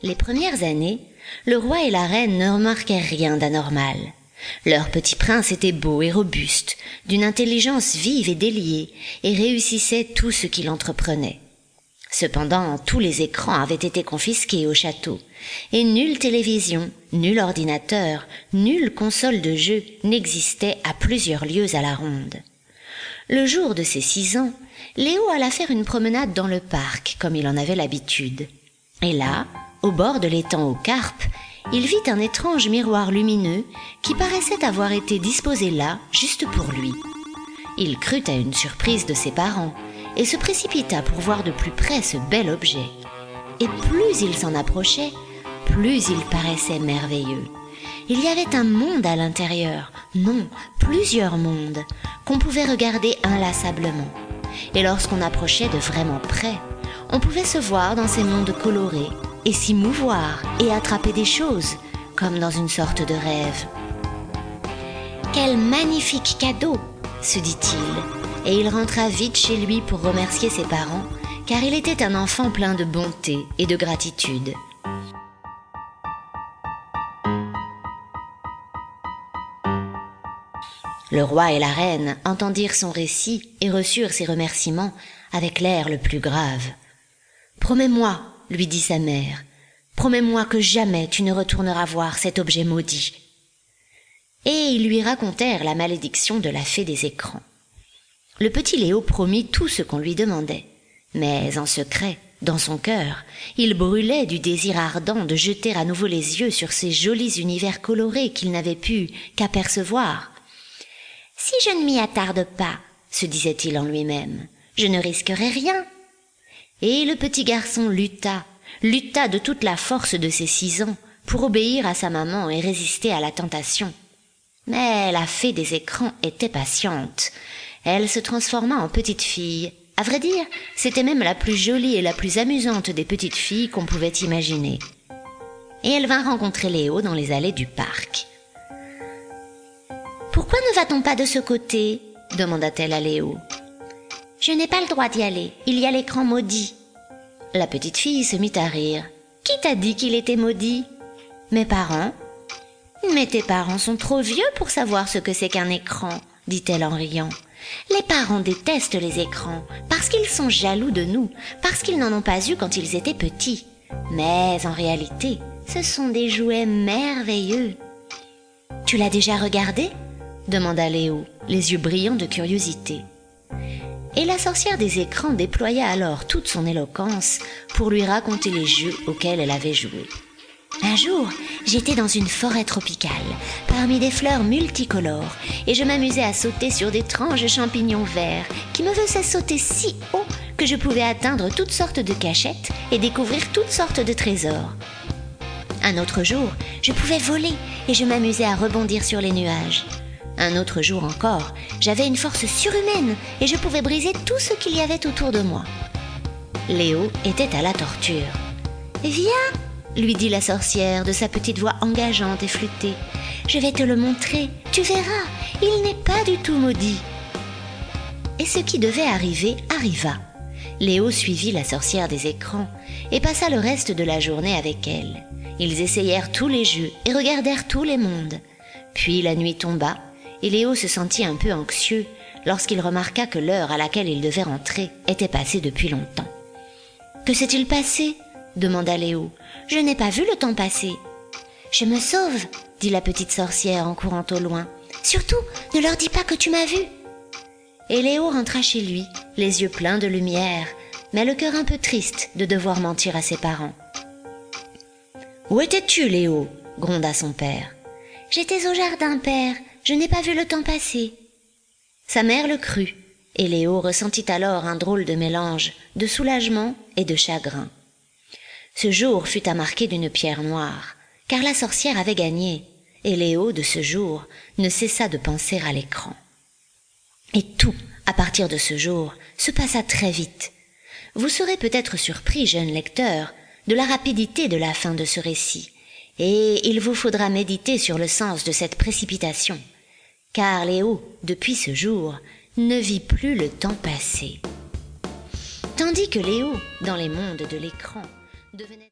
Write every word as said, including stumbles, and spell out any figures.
Les premières années, le roi et la reine ne remarquèrent rien d'anormal. Leur petit prince était beau et robuste, d'une intelligence vive et déliée, et réussissait tout ce qu'il entreprenait. Cependant, tous les écrans avaient été confisqués au château, et nulle télévision, nul ordinateur, nulle console de jeu n'existait à plusieurs lieues à la ronde. Le jour de ses six ans, Léo alla faire une promenade dans le parc, comme il en avait l'habitude. Et là, au bord de l'étang aux carpes, il vit un étrange miroir lumineux qui paraissait avoir été disposé là, juste pour lui. Il crut à une surprise de ses parents et se précipita pour voir de plus près ce bel objet. Et plus il s'en approchait, plus il paraissait merveilleux. Il y avait un monde à l'intérieur, non, plusieurs mondes, qu'on pouvait regarder inlassablement. Et lorsqu'on approchait de vraiment près, on pouvait se voir dans ces mondes colorés et s'y mouvoir et attraper des choses, comme dans une sorte de rêve. « Quel magnifique cadeau !» se dit-il, et il rentra vite chez lui pour remercier ses parents, car il était un enfant plein de bonté et de gratitude. Le roi et la reine entendirent son récit et reçurent ses remerciements avec l'air le plus grave. « Promets-moi, lui dit sa mère, promets-moi que jamais tu ne retourneras voir cet objet maudit. » Et ils lui racontèrent la malédiction de la fée des écrans. Le petit Léo promit tout ce qu'on lui demandait, mais en secret, dans son cœur, il brûlait du désir ardent de jeter à nouveau les yeux sur ces jolis univers colorés qu'il n'avait pu qu'apercevoir. « Si je ne m'y attarde pas, se disait-il en lui-même, je ne risquerai rien. » Et le petit garçon lutta, lutta de toute la force de ses six ans pour obéir à sa maman et résister à la tentation. Mais la fée des écrans était patiente. Elle se transforma en petite fille. À vrai dire, c'était même la plus jolie et la plus amusante des petites filles qu'on pouvait imaginer. Et elle vint rencontrer Léo dans les allées du parc. « Pourquoi ne va-t-on pas de ce côté ?» demanda-t-elle à Léo. « Je n'ai pas le droit d'y aller, il y a l'écran maudit. » La petite fille se mit à rire. « Qui t'a dit qu'il était maudit ?»« Mes parents. »« Mais tes parents sont trop vieux pour savoir ce que c'est qu'un écran, » dit-elle en riant. « Les parents détestent les écrans, parce qu'ils sont jaloux de nous, parce qu'ils n'en ont pas eu quand ils étaient petits. Mais en réalité, ce sont des jouets merveilleux. »« Tu l'as déjà regardé ?» demanda Léo, les yeux brillants de curiosité. Et la sorcière des écrans déploya alors toute son éloquence pour lui raconter les jeux auxquels elle avait joué. Un jour, j'étais dans une forêt tropicale, parmi des fleurs multicolores, et je m'amusais à sauter sur d'étranges champignons verts qui me faisaient sauter si haut que je pouvais atteindre toutes sortes de cachettes et découvrir toutes sortes de trésors. Un autre jour, je pouvais voler et je m'amusais à rebondir sur les nuages. Un autre jour encore, j'avais une force surhumaine et je pouvais briser tout ce qu'il y avait autour de moi. Léo était à la torture. « Viens !» lui dit la sorcière de sa petite voix engageante et flûtée. « Je vais te le montrer, tu verras, il n'est pas du tout maudit. » Et ce qui devait arriver arriva. Léo suivit la sorcière des écrans et passa le reste de la journée avec elle. Ils essayèrent tous les jeux et regardèrent tous les mondes. Puis la nuit tomba et Léo se sentit un peu anxieux lorsqu'il remarqua que l'heure à laquelle il devait rentrer était passée depuis longtemps. « Que s'est-il passé ?» demanda Léo. « Je n'ai pas vu le temps passer. »« Je me sauve, » dit la petite sorcière en courant au loin. « Surtout, ne leur dis pas que tu m'as vu. » Et Léo rentra chez lui, les yeux pleins de lumière, mais le cœur un peu triste de devoir mentir à ses parents. « Où étais-tu, Léo ?» gronda son père. « J'étais au jardin, père, je n'ai pas vu le temps passer. » Sa mère le crut, et Léo ressentit alors un drôle de mélange de soulagement et de chagrin. Ce jour fut à marquer d'une pierre noire, car la sorcière avait gagné, et Léo, de ce jour, ne cessa de penser à l'écran. Et tout, à partir de ce jour, se passa très vite. Vous serez peut-être surpris, jeune lecteur, de la rapidité de la fin de ce récit, et il vous faudra méditer sur le sens de cette précipitation, car Léo, depuis ce jour, ne vit plus le temps passer. Tandis que Léo, dans les mondes de l'écran, devenait